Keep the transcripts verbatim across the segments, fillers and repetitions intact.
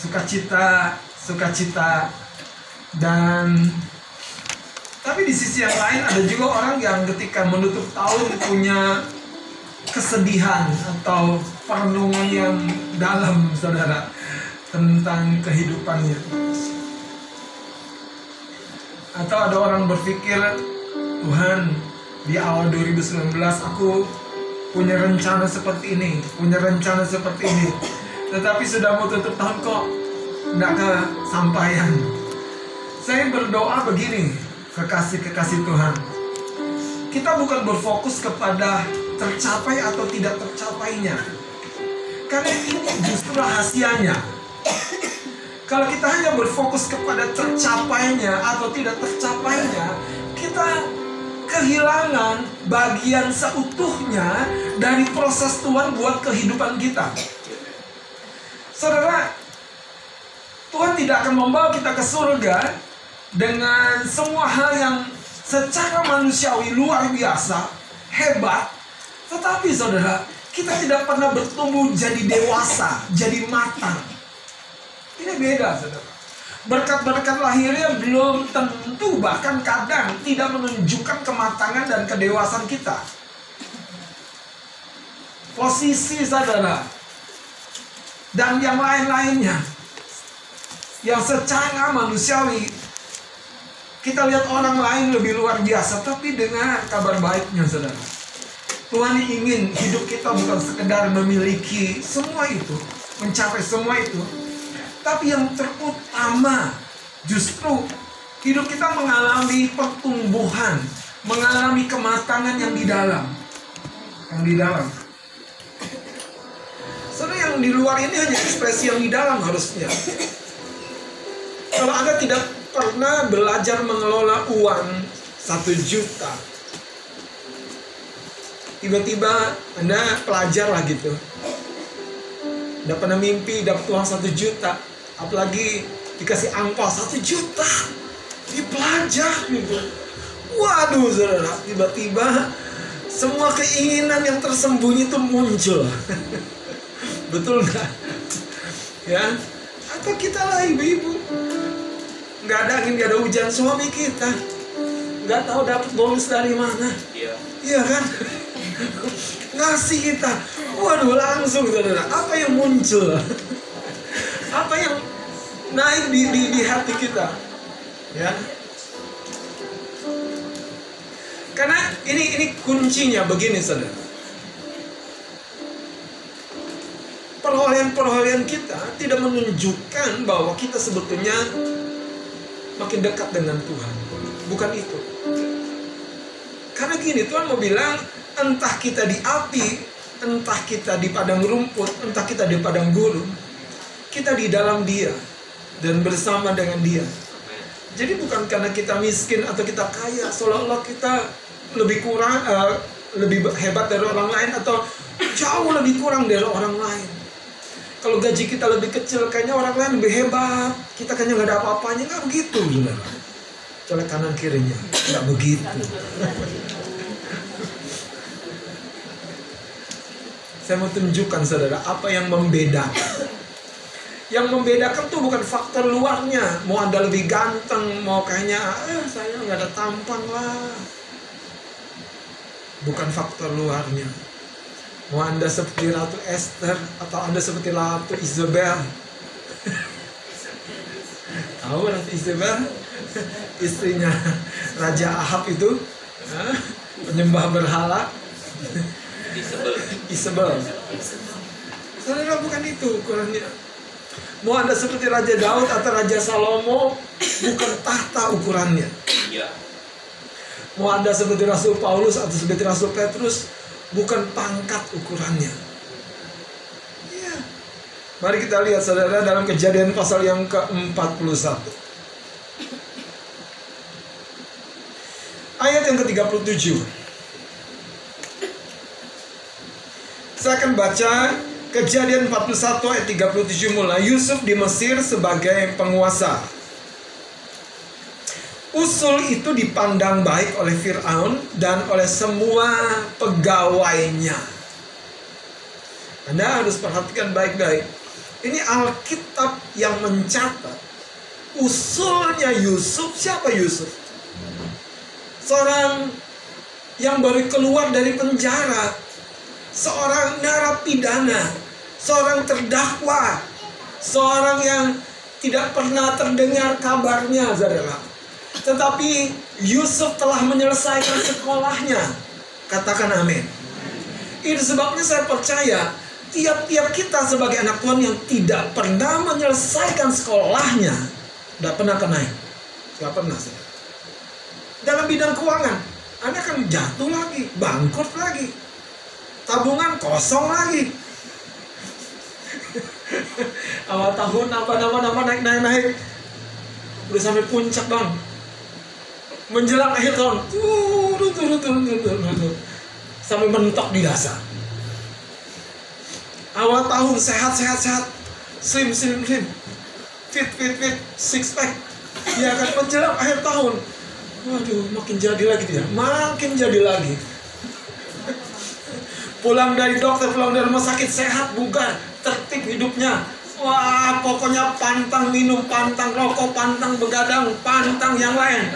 sukacita, sukacita. Dan tapi di sisi yang lain ada juga orang yang ketika menutup tahun punya kesedihan atau perenungan yang dalam, saudara, tentang kehidupannya. Atau ada orang berpikir, Tuhan, di awal dua ribu sembilan belas aku punya rencana seperti ini, punya rencana seperti ini, tetapi sudah mau tutup tahun kok tidak kesampaian. Saya berdoa begini, kekasih-kekasih Tuhan, kita bukan berfokus kepada tercapai atau tidak tercapainya, karena ini justru rahasianya. Kalau kita hanya berfokus kepada tercapainya atau tidak tercapainya, kita kehilangan bagian seutuhnya dari proses Tuhan buat kehidupan kita. Saudara, Tuhan tidak akan membawa kita ke surga dengan semua hal yang secara manusiawi luar biasa, hebat, tetapi saudara, kita tidak pernah bertumbuh jadi dewasa, jadi matang. Ini beda, saudara. Berkat-berkat lahirnya belum tentu, bahkan kadang tidak menunjukkan kematangan dan kedewasaan kita. Posisi, saudara, dan yang lain-lainnya, yang secara manusiawi kita lihat orang lain lebih luar biasa, tapi dengar kabar baiknya, saudara. Tuhan ingin hidup kita bukan sekedar memiliki semua itu, mencapai semua itu, tapi yang terutama justru hidup kita mengalami pertumbuhan, mengalami kematangan yang di dalam, yang di dalam. Saudara, yang di luar ini hanya ekspresi yang di dalam harusnya. Kalau Anda tidak pernah belajar mengelola uang satu juta, tiba-tiba Anda pelajar lah gitu, udah pernah mimpi dapat uang satu juta, apalagi dikasih angpau satu juta, di pelajar gitu. Waduh, saudara, tiba-tiba semua keinginan yang tersembunyi itu muncul. Betul nggak? Ya, atau kita lah ibu-ibu, nggak ada angin, nggak ada hujan, suami kita nggak tahu dapat bonus dari mana. Iya, iya kan? Ngasih kita, waduh, langsung, saudara, apa yang muncul? Apa yang naik di, di, di hati kita? Ya, karena ini ini kuncinya begini, saudara. Perolihan-perolihan kita tidak menunjukkan bahwa kita sebetulnya makin dekat dengan Tuhan. Bukan itu. Karena gini, Tuhan mau bilang, entah kita di api, entah kita di padang rumput, entah kita di padang gurun, kita di dalam Dia dan bersama dengan Dia. Jadi bukan karena kita miskin atau kita kaya seolah-olah kita lebih kurang, uh, lebih hebat dari orang lain atau jauh lebih kurang dari orang lain. Kalau gaji kita lebih kecil, kayaknya orang lain lebih hebat, kita kayaknya nggak ada apa-apanya. Nggak begitu, saudara. Colek kanan kirinya, nggak begitu. Saya mau tunjukkan, saudara, apa yang membedakan. Yang membedakan tuh bukan faktor luarnya. Mau Anda lebih ganteng, mau kayaknya, eh saya nggak ada tampang lah. Bukan faktor luarnya. Mau Anda seperti Ratu Esther atau Anda seperti Ratu Isabel. Tahu Ratu Isabel? Istrinya Raja Ahab itu, penyembah berhala. Isabel. Isabel. Saudara, bukan itu ukurannya. Mau Anda seperti Raja Daud atau Raja Salomo, bukan tahta ukurannya. Mau Anda seperti Rasul Paulus atau seperti Rasul Petrus, bukan pangkat ukurannya. Ya. Mari kita lihat, saudara, dalam Kejadian pasal yang ke empat puluh satu. Ayat yang ke tiga puluh tujuh. Saya akan baca Kejadian empat puluh satu ayat tiga puluh tujuh mulai. Yusuf di Mesir sebagai penguasa. Usul itu dipandang baik oleh Fir'aun dan oleh semua pegawainya. Anda harus perhatikan baik-baik. Ini Alkitab yang mencatat usulnya Yusuf. Siapa Yusuf? Seorang yang baru keluar dari penjara, seorang narapidana, seorang terdakwa, seorang yang tidak pernah terdengar kabarnya, saudara. Tetapi Yusuf telah menyelesaikan sekolahnya. Katakan amin. Itu sebabnya saya percaya tiap-tiap kita sebagai anak Tuhan yang tidak pernah menyelesaikan sekolahnya, tidak pernah akan naik. Tidak pernah, saudara. Dalam bidang keuangan, Anda akan jatuh lagi, bangkrut lagi, tabungan kosong lagi. Awal tahun apa-apa naik naik naik, udah sampai puncak bang. Menjelang akhir tahun, turun turun turun turun turun, sampai mentok di dasar. Awal tahun sehat sehat sehat, slim slim slim, fit fit fit, six pack. Ya kan, menjelang akhir tahun, waduh, makin jadi lagi dia, makin jadi lagi. Pulang dari dokter, pulang dari rumah sakit, sehat, bugar, tertib hidupnya. Wah, pokoknya pantang minum, pantang rokok, pantang begadang, pantang yang lain.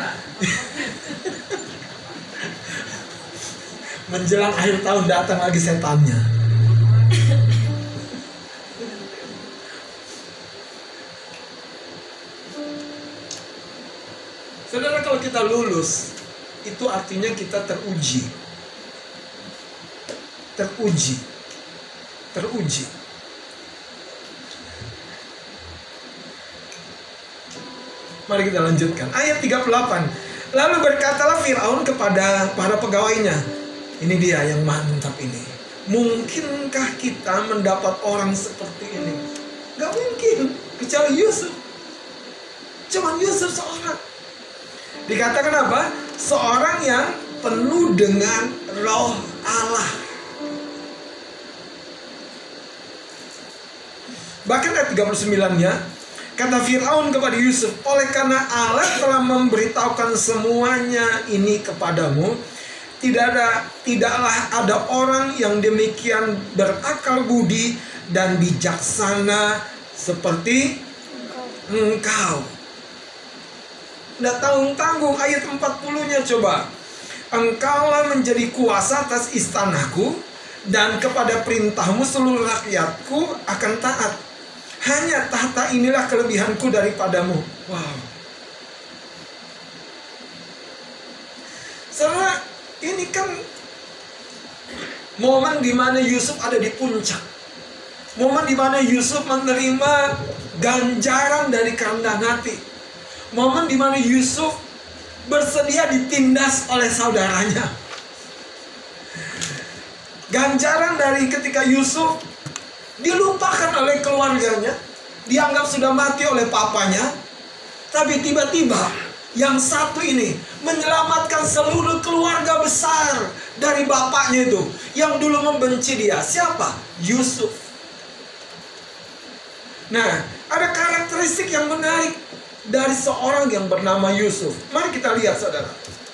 Menjelang akhir tahun datang lagi setannya. Saudara, kalau kita lulus, itu artinya kita teruji. Teruji. Teruji. Mari kita lanjutkan. Ayat tiga puluh delapan. Lalu berkatalah Fir'aun kepada para pegawainya. Ini dia yang mantap ini. Mungkinkah kita mendapat orang seperti ini? Gak mungkin. Kecuali Yusuf. Cuman Yusuf seorang. Dikatakan apa? Seorang yang penuh dengan roh Allah. Bahkan ayat tiga puluh sembilan-nya, kata Fir'aun kepada Yusuf, oleh karena Allah telah memberitahukan semuanya ini kepadamu, tidak ada, tidaklah ada orang yang demikian berakal budi dan bijaksana seperti engkau. Tidak tanggung-tanggung. Ayat empat puluh-nya coba. Engkaulah menjadi kuasa atas istanaku, dan kepada perintahmu seluruh rakyatku akan taat. Hanya tahta inilah kelebihanku daripadamu. Wow. Saudara, ini kan momen di mana Yusuf ada di puncak. Momen di mana Yusuf menerima ganjaran dari kerendahan hati. Momen di mana Yusuf bersedia ditindas oleh saudaranya. Ganjaran dari ketika Yusuf dilupakan oleh keluarganya, dianggap sudah mati oleh papanya, tapi tiba-tiba yang satu ini menyelamatkan seluruh keluarga besar dari bapaknya itu yang dulu membenci dia. Siapa? Yusuf. Nah, ada karakteristik yang menarik dari seorang yang bernama Yusuf. Mari kita lihat, saudara.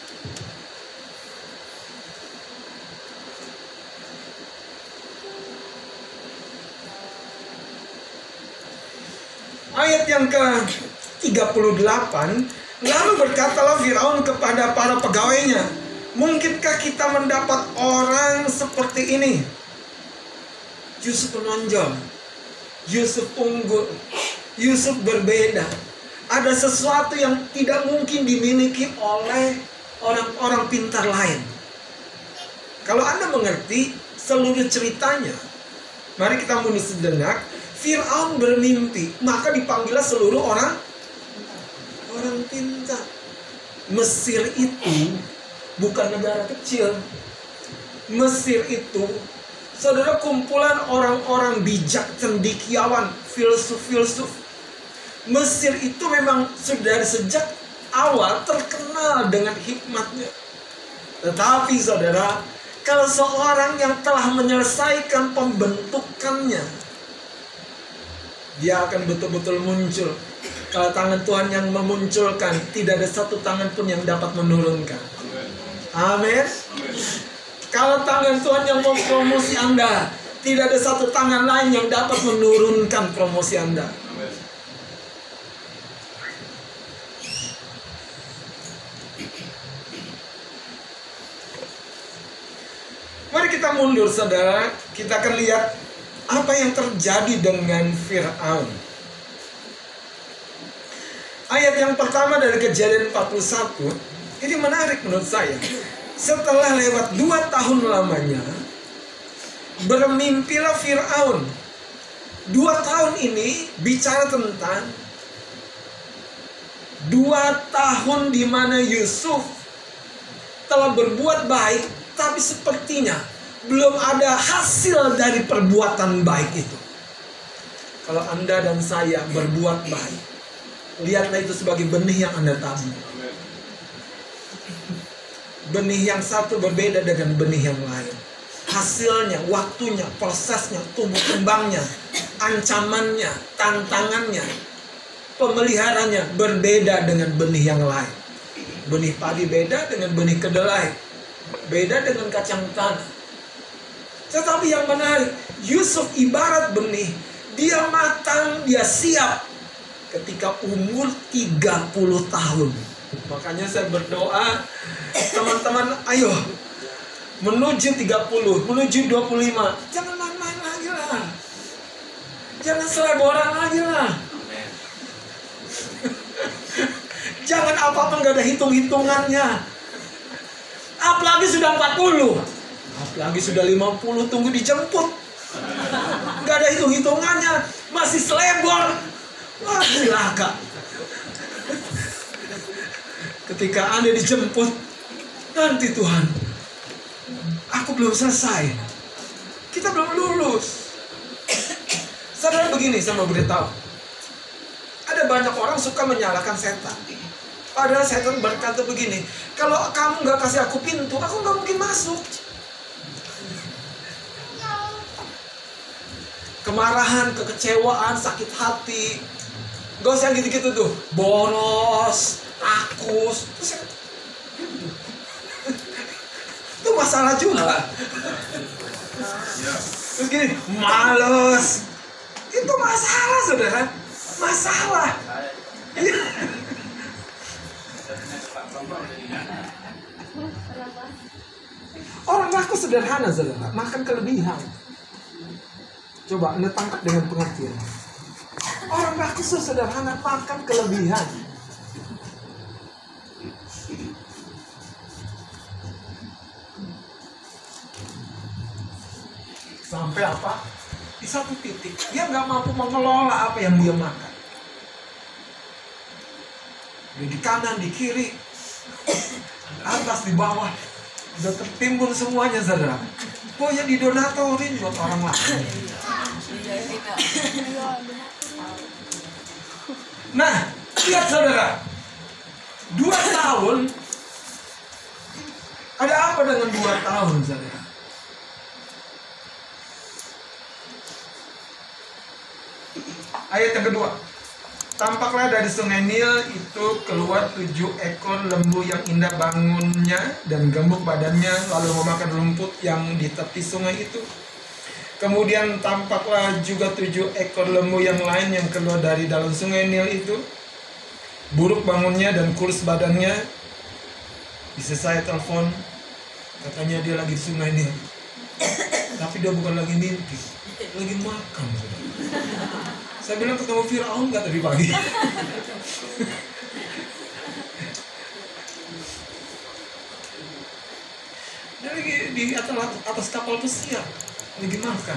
Ayat yang ke tiga puluh delapan. Lalu berkatalah Fir'aun kepada para pegawainya, mungkinkah kita mendapat orang seperti ini? Yusuf menonjol, Yusuf unggul, Yusuf berbeda. Ada sesuatu yang tidak mungkin dimiliki oleh orang-orang pintar lain. Kalau Anda mengerti seluruh ceritanya, mari kita mundur sejenak. Fir'aun bermimpi, maka dipanggillah seluruh orang orang pintar. Mesir itu bukan negara kecil. Mesir itu, saudara, kumpulan orang-orang bijak, cendekiawan, filsuf-filsuf. Mesir itu memang sudah sejak awal terkenal dengan hikmatnya. Tetapi saudara, kalau seorang yang telah menyelesaikan pembentukannya, dia akan betul-betul muncul. Kalau tangan Tuhan yang memunculkan, tidak ada satu tangan pun yang dapat menurunkan. Amin. Kalau tangan Tuhan yang mempromosi Anda, Tidak ada satu tangan lain yang dapat menurunkan promosi Anda. Mari kita mundur, saudara. Kita akan lihat apa yang terjadi dengan Fir'aun. Ayat yang pertama dari Kejadian empat puluh satu, ini menarik menurut saya. Setelah lewat dua tahun lamanya, bermimpilah Fir'aun. Dua tahun ini bicara tentang dua tahun di mana Yusuf telah berbuat baik, tapi sepertinya belum ada hasil dari perbuatan baik itu. Kalau Anda dan saya berbuat baik, lihatlah itu sebagai benih yang Anda tabur. Benih yang satu berbeda dengan benih yang lain. Hasilnya, waktunya, prosesnya, tumbuh kembangnya, ancamannya, tantangannya, pemeliharanya berbeda dengan benih yang lain. Benih padi beda dengan benih kedelai, beda dengan kacang tanah. Tetapi yang menarik, Yusuf ibarat benih. Dia matang, dia siap ketika umur tiga puluh tahun. Makanya saya berdoa, teman-teman, ayo menuju tiga puluh, menuju dua puluh lima. Jangan main-main lagi lah. Jangan seleboran lagi lah. Jangan apa-apa nggak ada hitung-hitungannya. Apalagi sudah empat puluh. Apalagi sudah lima puluh, tunggu dijemput. Nggak ada hitung-hitungannya. Masih selebor. Wah, celaka. Ketika Anda dijemput, nanti Tuhan, aku belum selesai. Kita belum lulus. Saudara begini, saya mau beritahu. Ada banyak orang suka menyalahkan setan. Padahal setan berkata begini, kalau kamu nggak kasih aku pintu, aku nggak mungkin masuk. Kemarahan, kekecewaan, sakit hati, gak usah gitu-gitu tuh. Boros, rakus, itu masalah juga. Terus gini, males, itu masalah, saudara. Masalah. Orang rakus sederhana, saudara, makan kelebihan. Coba Anda tangkap dengan pengertian. Orang rakus sederhana makan kelebihan. Sampai apa? Di satu titik dia nggak mampu mengelola apa yang dia makan. Dia di kanan, di kiri, atas, di bawah, udah tertimbun semuanya, saudara. Pokoknya didonatorin buat orang lain. Nah, lihat saudara, dua tahun. Ada apa dengan dua tahun, saudara? Ayat yang kedua. Tampaklah dari sungai Nil itu keluar tujuh ekor lembu yang indah bangunnya dan gemuk badannya, lalu memakan rumput yang di tepi sungai itu. Kemudian tampaklah juga tujuh ekor lembu yang lain yang keluar dari dalam sungai Nil itu, buruk bangunnya dan kurus badannya. Bisa saya telepon, katanya dia lagi di sungai Nil, tapi dia bukan lagi mimpi, lagi makan. Saya bilang, ketemu Fir'aun nggak tadi pagi? Dia lagi di atas, atas kapal pesiar, lagi makan.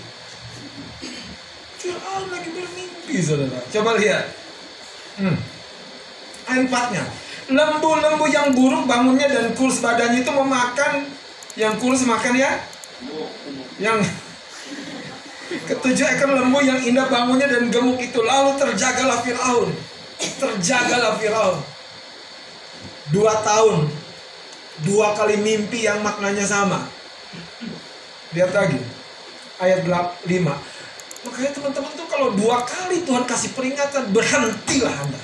Fir'aun lagi bermimpi, saudara. Coba lihat. Hmm. Ayat empatnya. Lembu-lembu yang buruk bangunnya dan kurus badannya itu memakan. Yang kurus makan ya? Yang ketujuh ekor lembu yang indah bangunnya dan gemuk itu. Lalu terjagalah Fir'aun. Terjagalah Fir'aun. Dua tahun. Dua kali mimpi yang maknanya sama. Lihat lagi. Ayat lima. Makanya teman-teman tuh kalau dua kali Tuhan kasih peringatan, berhentilah Anda.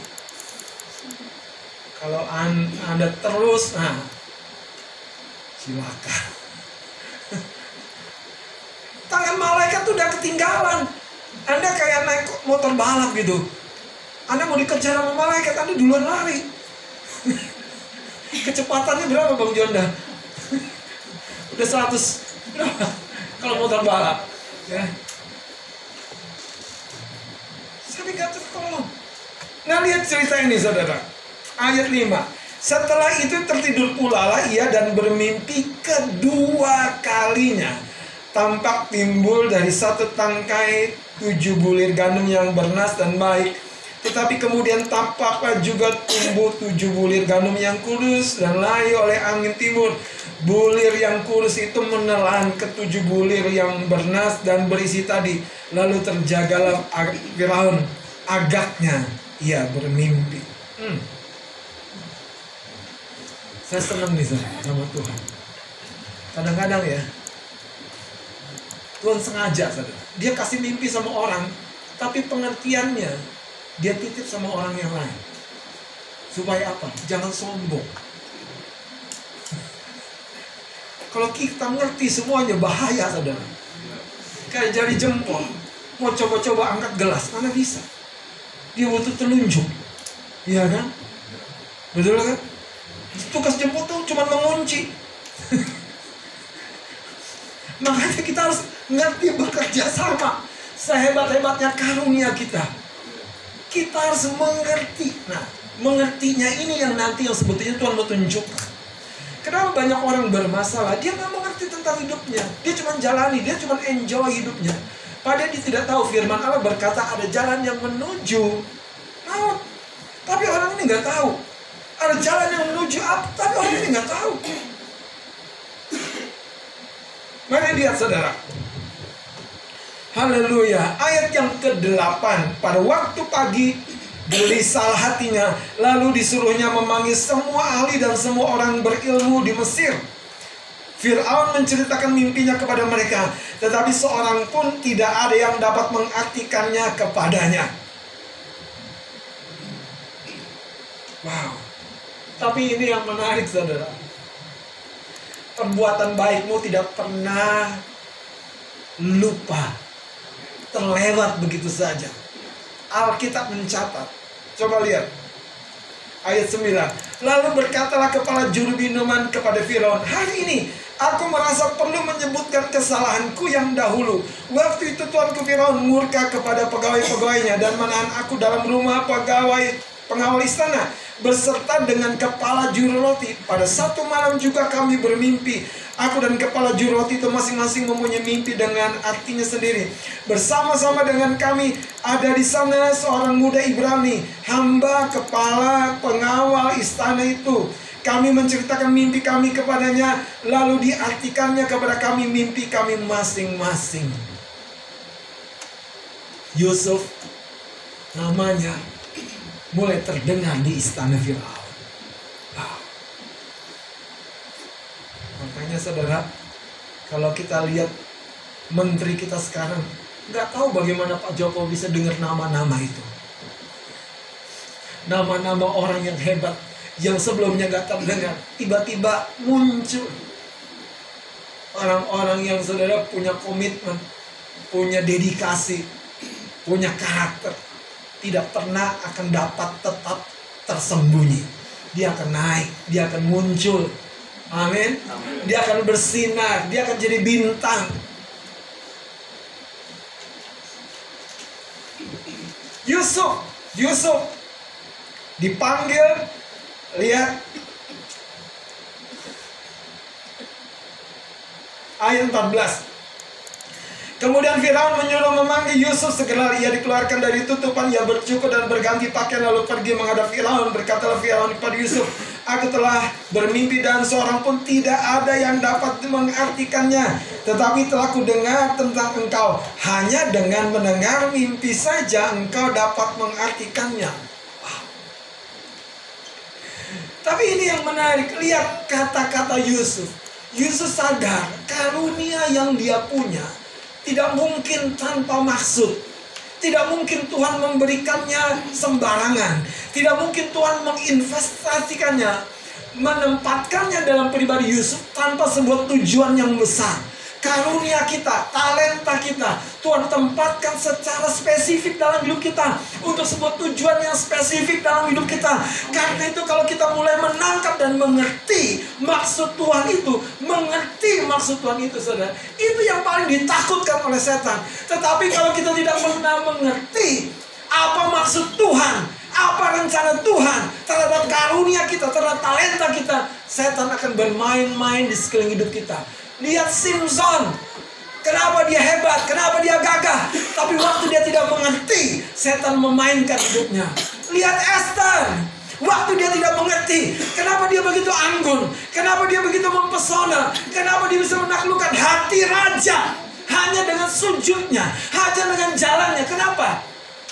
Kalau Anda terus, nah, silakan. Tangan malaikat tuh udah ketinggalan. Anda kayak naik motor balap gitu. Anda mau dikejar sama malaikat, Anda duluan lari. Kecepatannya berapa Bang Jonda? Udah seratus berapa? Kalau motor balap ya. Saya gak tertolong. Nah lihat cerita ini saudara. Ayat lima. Setelah itu tertidur pula lah ia dan bermimpi kedua kalinya. Tampak timbul dari satu tangkai tujuh bulir gandum yang bernas dan baik. Tetapi kemudian tampaklah juga tumbuh tujuh bulir gandum yang kurus dan layu oleh angin timur. Bulir yang kurus itu menelan ketujuh bulir yang bernas dan berisi tadi. Lalu terjagalah Firaun, agaknya ia bermimpi. Hmm. Saya senang nih sama Tuhan. Kadang-kadang ya, Tuhan sengaja, saudara. Dia kasih mimpi sama orang, tapi pengertiannya dia titip sama orang yang lain. Supaya apa? Jangan sombong. Kalau kita ngerti semuanya bahaya, saudara. Kayak jari jempol, mau coba-coba angkat gelas, mana bisa? Dia butuh telunjuk, iya kan? Betul kan? Tugas jempol tuh cuma mengunci. Makanya kita harus ngerti bekerja sama. Sehebat-hebatnya karunia kita, kita harus mengerti. Nah, mengertinya ini yang nanti yang sebetulnya Tuhan mau tunjukkan. Kenapa banyak orang bermasalah? Dia nggak mengerti tentang hidupnya. Dia cuma jalani, dia cuma enjoy hidupnya. Padahal dia tidak tahu firman Allah berkata ada jalan yang menuju maut. Tapi orang ini nggak tahu. Ada jalan yang menuju apa? Tapi orang ini nggak tahu. Mari lihat saudara. Haleluya. Ayat yang kedelapan. Pada waktu pagi gelisah hatinya, lalu disuruhnya memanggil semua ahli dan semua orang berilmu di Mesir. Firaun menceritakan mimpinya kepada mereka, tetapi seorang pun tidak ada yang dapat mengartikannya kepadanya. Wow. Tapi ini yang menarik saudara. Perbuatan baikmu tidak pernah lupa, terlewat begitu saja. Alkitab mencatat. Coba lihat ayat sembilan. Lalu berkatalah kepala juru minuman kepada Firaun, hari ini aku merasa perlu menyebutkan kesalahanku yang dahulu. Waktu itu tuanku Firaun murka kepada pegawai-pegawainya dan menahan aku dalam rumah pegawai pengawal istana beserta dengan kepala juru roti. Pada satu malam juga kami bermimpi. Aku dan kepala juru roti itu masing-masing mempunyai mimpi dengan artinya sendiri. Bersama-sama dengan kami ada di sana seorang muda Ibrani, hamba kepala pengawal istana itu. Kami menceritakan mimpi kami kepadanya, lalu diartikannya kepada kami mimpi kami masing-masing. Yusuf namanya mulai terdengar di istana Firaun. Wow. Makanya saudara, kalau kita lihat menteri kita sekarang, nggak tahu bagaimana Pak Jokowi bisa dengar nama-nama itu. Nama-nama orang yang hebat, yang sebelumnya nggak terdengar, tiba-tiba muncul. Orang-orang yang saudara punya komitmen, punya dedikasi, punya karakter, tidak pernah akan dapat tetap tersembunyi. Dia akan naik, dia akan muncul. Amin. Dia akan bersinar, dia akan jadi bintang. Yusuf, Yusuf dipanggil, lihat ayat empat belas. Kemudian Firaun menyuruh memanggil Yusuf. Segera ia dikeluarkan dari tutupan. Ia bercukur dan berganti pakaian lalu pergi menghadap Firaun. Berkatalah Firaun kepada Yusuf, aku telah bermimpi dan seorang pun tidak ada yang dapat mengartikannya. Tetapi telah kudengar tentang engkau. Hanya dengan mendengar mimpi saja engkau dapat mengartikannya. Wow. Tapi ini yang menarik. Lihat kata-kata Yusuf. Yusuf sadar karunia yang dia punya tidak mungkin tanpa maksud. Tidak mungkin Tuhan memberikannya sembarangan. Tidak mungkin Tuhan menginvestasikannya, menempatkannya dalam pribadi Yusuf tanpa sebuah tujuan yang besar. karunia kita, talenta kita, Tuhan tempatkan secara spesifik dalam hidup kita untuk sebuah tujuan yang spesifik dalam hidup kita. Karena itu kalau kita mulai menangkap dan mengerti maksud Tuhan itu, mengerti maksud Tuhan itu, saudara, itu yang paling ditakutkan oleh setan. Tetapi kalau kita tidak pernah mengerti apa maksud Tuhan, apa rencana Tuhan terhadap karunia kita, terhadap talenta kita, setan akan bermain-main di sekeliling hidup kita. Lihat Simpson, kenapa dia hebat, kenapa dia gagah, tapi waktu dia tidak mengerti, setan memainkan hidupnya. Lihat Esther, waktu dia tidak mengerti, kenapa dia begitu anggun, kenapa dia begitu mempesona, kenapa dia bisa menaklukkan hati raja hanya dengan sujudnya, hanya dengan jalannya. Kenapa?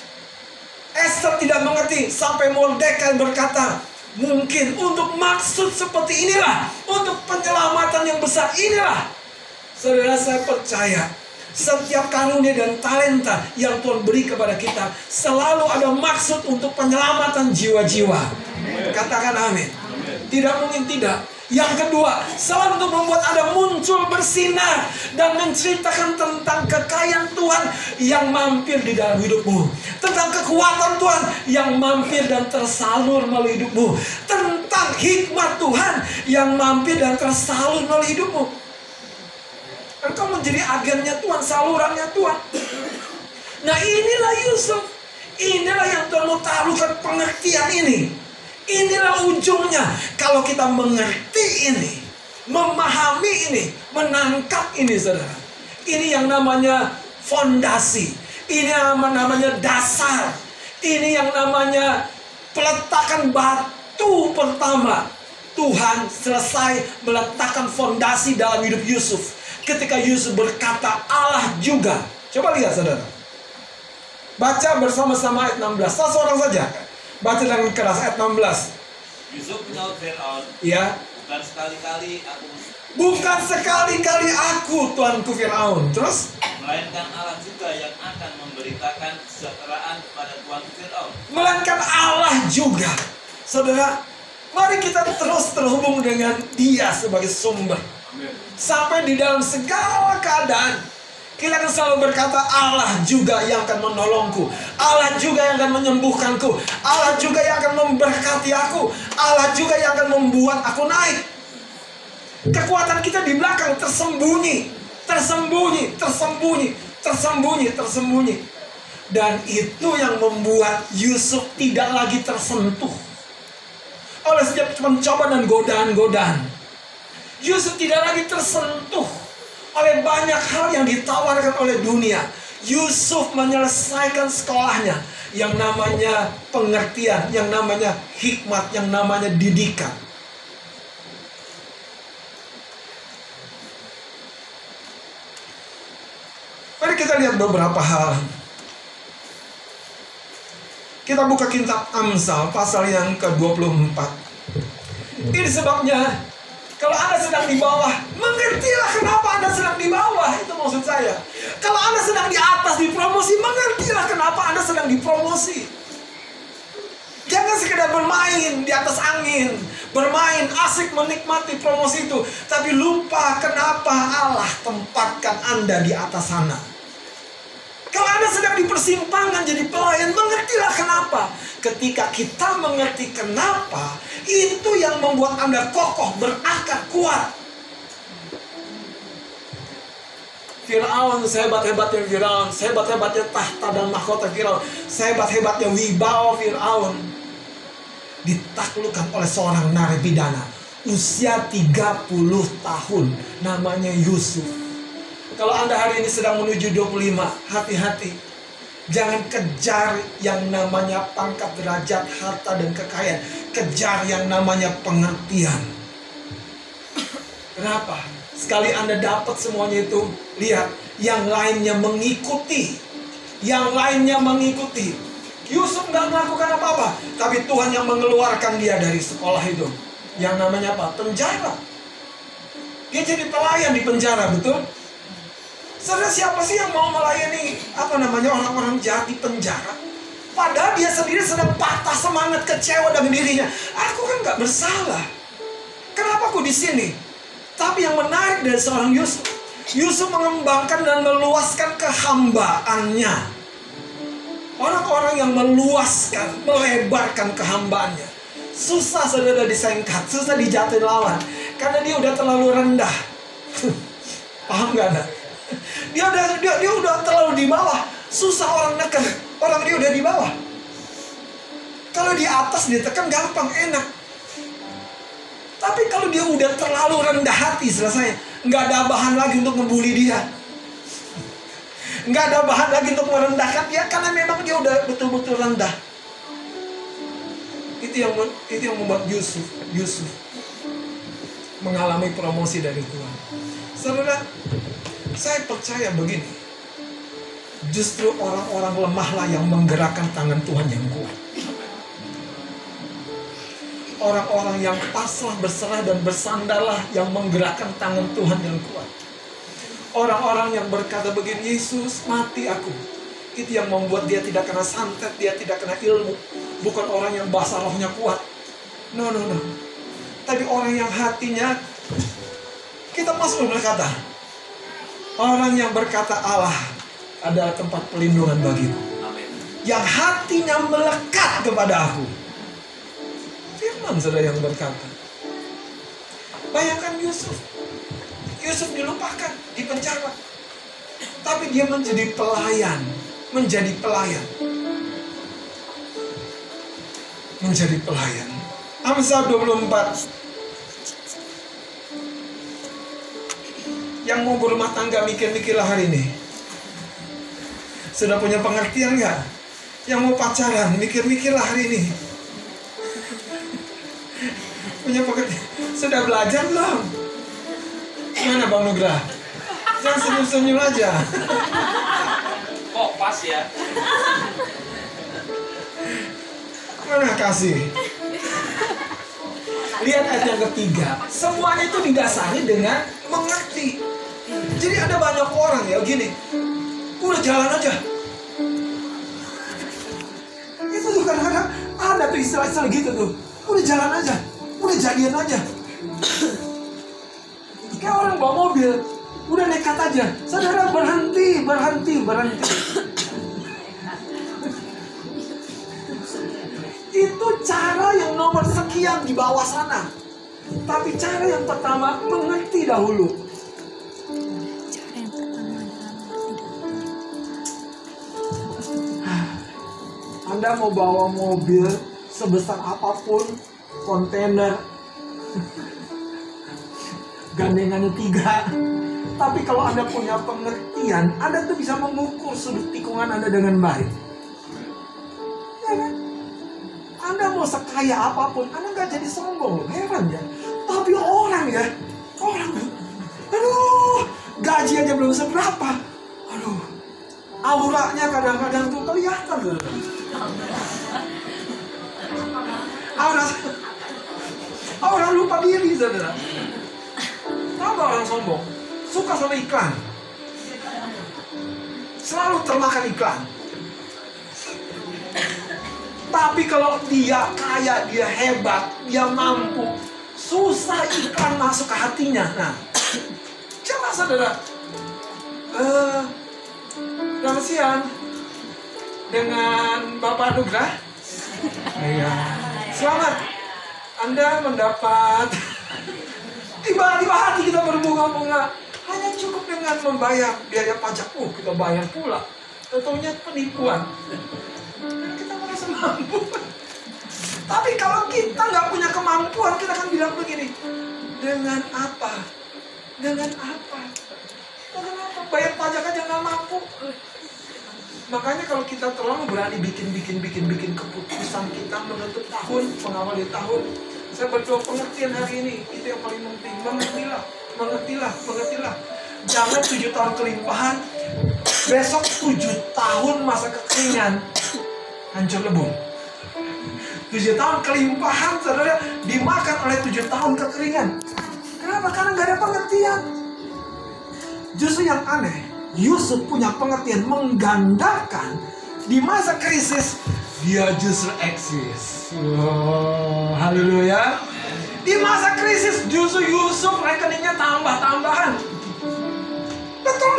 Esther tidak mengerti sampai Mordekai berkata, mungkin untuk maksud seperti inilah, untuk penyelamatan yang besar inilah. Saudara, saya percaya setiap karunia dan talenta yang Tuhan beri kepada kita selalu ada maksud untuk penyelamatan jiwa-jiwa. Katakan amin. Tidak mungkin tidak. Yang kedua, selalu untuk membuat Anda muncul bersinar dan menceritakan tentang kekayaan Tuhan yang mampir di dalam hidupmu, tentang kekuatan Tuhan yang mampir dan tersalur melalui hidupmu, tentang hikmat Tuhan yang mampir dan tersalur melalui hidupmu. Engkau menjadi agennya Tuhan, salurannya Tuhan. Nah, inilah Yusuf. Inilah yang Tuhan mau taruhkan pengertian ini. Inilah ujungnya. Kalau kita mengerti ini, memahami ini, menangkap ini, saudara, ini yang namanya fondasi. Ini yang namanya dasar. Ini yang namanya peletakan batu pertama. Tuhan selesai meletakkan fondasi dalam hidup Yusuf ketika Yusuf berkata Allah juga. Coba lihat, saudara, baca bersama-sama ayat enam belas. Salah seorang saja baca dengan keras ayat enam belas. Yusuf menjawab Firaun, ya, bukan sekali-kali aku bukan sekali-kali aku Tuanku Firaun. Terus, melainkan Allah juga yang akan memberitakan kesejahteraan kepada Tuanku Firaun. melainkan Allah juga. Saudara, mari kita terus terhubung dengan Dia sebagai sumber. Sampai di dalam segala keadaan kita akan selalu berkata, Allah juga yang akan menolongku, Allah juga yang akan menyembuhkanku, Allah juga yang akan memberkati aku, Allah juga yang akan membuat aku naik. Kekuatan kita di belakang tersembunyi, tersembunyi, tersembunyi, tersembunyi, tersembunyi. Dan itu yang membuat Yusuf tidak lagi tersentuh oleh setiap pencobaan dan godaan-godaan. Yusuf tidak lagi tersentuh oleh banyak hal yang ditawarkan oleh dunia. Yusuf menyelesaikan sekolahnya, yang namanya pengertian, yang namanya hikmat, yang namanya didikan. Mari kita lihat beberapa hal. Kita buka kitab Amsal pasal yang ke dua puluh empat. Ini sebabnya, kalau Anda sedang di bawah, mengertilah kenapa Anda sedang di bawah. Itu maksud saya. Kalau Anda sedang di atas dipromosi, mengertilah kenapa Anda sedang dipromosi. Jangan sekedar bermain di atas angin, bermain asik menikmati promosi itu, tapi lupa kenapa Allah tempatkan Anda di atas sana. Kalau Anda sedang di persimpangan jadi pelayan, mengertilah kenapa. Ketika kita mengerti kenapa, itu yang membuat Anda kokoh, berakar, kuat. Firaun, sehebat-hebatnya Firaun, sehebat-hebatnya tahta dan mahkota Firaun, sehebat-hebatnya wibawa Firaun, ditaklukkan oleh seorang narapidana usia tiga puluh tahun, namanya Yusuf. Kalau Anda hari ini sedang menuju dua puluh lima, hati-hati. Jangan kejar yang namanya pangkat, derajat, harta, dan kekayaan. Kejar yang namanya pengertian. Kenapa? Sekali Anda dapat semuanya itu, lihat, yang lainnya mengikuti. Yang lainnya mengikuti. Yusuf nggak melakukan apa-apa, tapi Tuhan yang mengeluarkan dia dari sekolah itu. Yang namanya apa? Penjara. Dia jadi pelayan di penjara, betul? Saudara, siapa sih yang mau melayani apa namanya orang-orang jahat di penjara? Padahal dia sendiri sedang patah semangat, kecewa dengan dirinya. Aku kan nggak bersalah. Kenapa aku di sini? Tapi yang menarik dari seorang Yusuf, Yusuf mengembangkan dan meluaskan kehambaannya. Orang-orang yang meluaskan, melebarkan kehambaannya, susah saudara disengkat, susah dijatuhin lawan, karena dia udah terlalu rendah. Paham gak ada? Dia udah dia, dia udah terlalu di bawah, susah orang neken. Orang dia udah di bawah. Kalau di atas ditekan gampang, enak. Tapi kalau dia udah terlalu rendah hati, selesai. Nggak ada bahan lagi untuk ngebully dia. Nggak ada bahan lagi untuk merendahkan dia, karena memang dia udah betul-betul rendah. Itu yang itu yang membuat Yusuf Yusuf mengalami promosi dari Tuhan. Saudara, saya percaya begini. Justru orang-orang lemahlah yang menggerakkan tangan Tuhan yang kuat. Orang-orang yang pasrah, berserah dan bersandarlah yang menggerakkan tangan Tuhan yang kuat. Orang-orang yang berkata begini, Yesus mati aku, itu yang membuat dia tidak kena santet, dia tidak kena ilmu. Bukan orang yang bahasa rohnya kuat. No, no, no. Tapi orang yang hatinya, kita masuk berkata, orang yang berkata Allah adalah tempat pelindungan bagiku. Yang hatinya melekat kepada aku. Firman saudara yang berkata. Bayangkan Yusuf. Yusuf dilupakan, di penjara. Tapi dia menjadi pelayan. Menjadi pelayan. Menjadi pelayan. Amsal dua puluh empat. Yang mau berumah tangga, mikir-mikirlah hari ini. Sudah punya pengertian gak? Yang mau pacaran, mikir-mikirlah hari ini. Punya pengertian. Sudah belajar belum? Gimana Bang Nugrah? Jangan senyum-senyum aja. Kok pas ya? Mana kasih? Lihat ayat yang ketiga. Semuanya itu didasari dengan mengerti. Jadi ada banyak orang ya gini, udah jalan aja. Itu tuh kadang-kadang ada tuh istilah-istilah gitu tuh. Udah jalan aja, udah jadian aja. Kayak orang bawa mobil, udah nekat aja. Saudara berhenti, berhenti, berhenti. Itu cara yang nomor sekian di bawah sana. Tapi cara yang pertama, mengerti dahulu. Anda mau bawa mobil sebesar apapun, kontainer, gandengannya tiga. Tapi kalau Anda punya pengertian, Anda tuh bisa mengukur sudut tikungan Anda dengan baik. Ya kan? Anda mau sekaya apapun, Anda nggak jadi sombong, heran ya. Tapi orang ya, orang, aduh, gaji aja belum seberapa, aduh, auranya kadang-kadang tuh kelihatan loh. Aura, orang lupa diri, saudara. Tahu gak orang sombong? Suka sama iklan. Selalu termakan iklan. Tapi kalau dia kaya, dia hebat, dia mampu, susah iklan masuk ke hatinya. Nah, coba saudara. Uh, selamat siang. Dengan Bapak Nugrah. Iya. Selamat. Anda mendapat tiba-tiba hati kita berbunga-bunga. Hanya cukup dengan membayar biaya pajak. Oh, kita bayar pula. Tentunya penipuan. Dan kita merasa mampu. Tapi kalau kita nggak punya kemampuan, kita akan bilang begini. Dengan apa? Dengan apa? Dengan apa? Bayar pajak aja nggak mampu. Makanya kalau kita terlalu berani bikin-bikin-bikin-bikin keputusan kita menutup tahun, mengawali tahun, saya berdoa pengertian hari ini, itu yang paling penting. Mengertilah, mengertilah, mengertilah. Jangan tujuh tahun kelimpahan, besok tujuh tahun masa kekeringan, hancur lebur. Tujuh tahun kelimpahan, saudara, dimakan oleh tujuh tahun kekeringan. Kenapa? Karena nggak ada pengertian. Justru yang aneh, Yusuf punya pengertian menggandakan di masa krisis, dia justru eksis. Wow, haleluya. Di masa krisis justru Yusuf rekeningnya tambah-tambahan.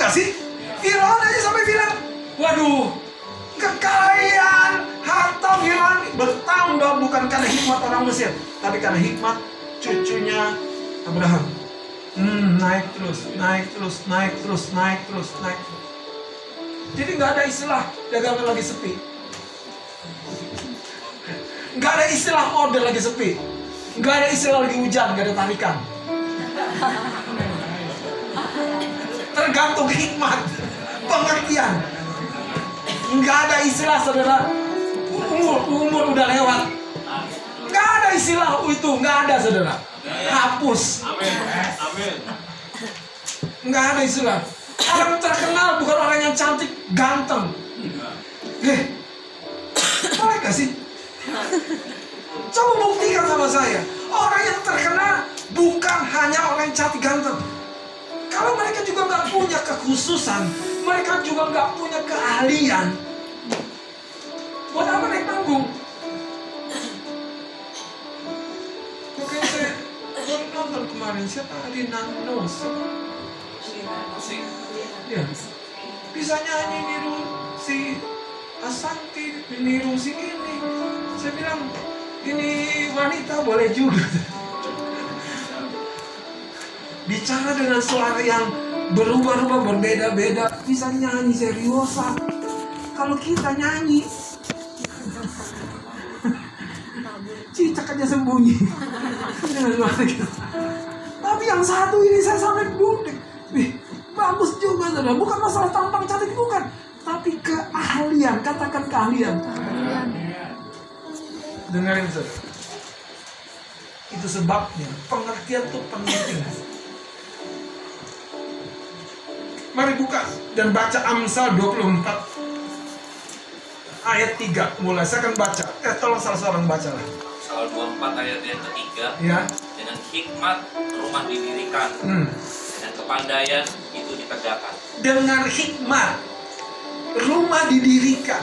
gak sih? Firaun aja sampai bilang, waduh, kekayaan harta Firaun bertambah bukan karena hikmat orang Mesir, tapi karena hikmat cucunya Abraham. Hmm, naik terus, naik terus, naik terus, naik terus, naik terus. Jadi nggak ada istilah dagangan lagi sepi. Nggak ada istilah order lagi sepi. Nggak ada istilah lagi hujan, nggak ada tarikan. Tergantung hikmat, pengertian. Nggak ada istilah saudara, umur, umur udah lewat. Nggak ada istilah itu, nggak ada saudara. Hapus. Amin. Amin. Nggak ada istilah. Orang terkenal bukan orang yang cantik, ganteng. Eh, boleh gak sih? Coba buktikan sama saya. Orang yang terkenal bukan hanya orang yang cantik, ganteng. Kalau mereka juga nggak punya kekhususan, mereka juga nggak punya keahlian, buat apa naik panggung? Makanya saya baru nonton kemarin, siapa Rina Nose? Ya, bisa nyanyi niru si Ashanti, niru si ini. Saya bilang, ini wanita boleh juga. Bicara dengan suara yang berubah-ubah, berbeda-beda, bisa nyanyi seriosa. Kalau kita nyanyi, cicak aja sembunyi. Tapi yang satu ini saya sampai duduk. Wih, bagus juga saudara. Bukan masalah tampang cantik, bukan, tapi keahlian. Katakan keahlian. Dengarin saudara. Itu sebabnya pengertian itu penting. Mari buka dan baca Amsal dua puluh empat ayat tiga mulai. Saya akan baca. Eh, tolong salah seorang baca lah. Amsal dua puluh empat ayat yang ketiga. Ya. Dengan hikmat rumah didirikan. Hmm. Dengan kepandaian itu ditegakkan. Dengan hikmat rumah didirikan.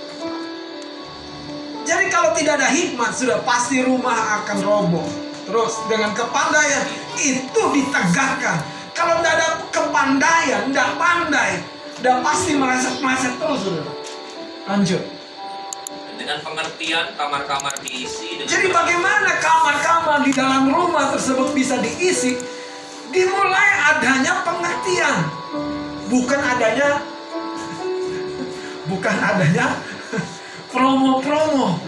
Jadi kalau tidak ada hikmat, sudah pasti rumah akan roboh. Terus dengan kepandaian itu ditegakkan. Kalau tidak ada kepandaian, tidak pandai, tidak pasti meleset-meleset terus, saudara. Lanjut. Dengan pengertian kamar-kamar diisi dengan. Jadi bagaimana kamar-kamar di dalam rumah tersebut bisa diisi? Dimulai adanya pengertian, bukan adanya, bukan adanya promo-promo.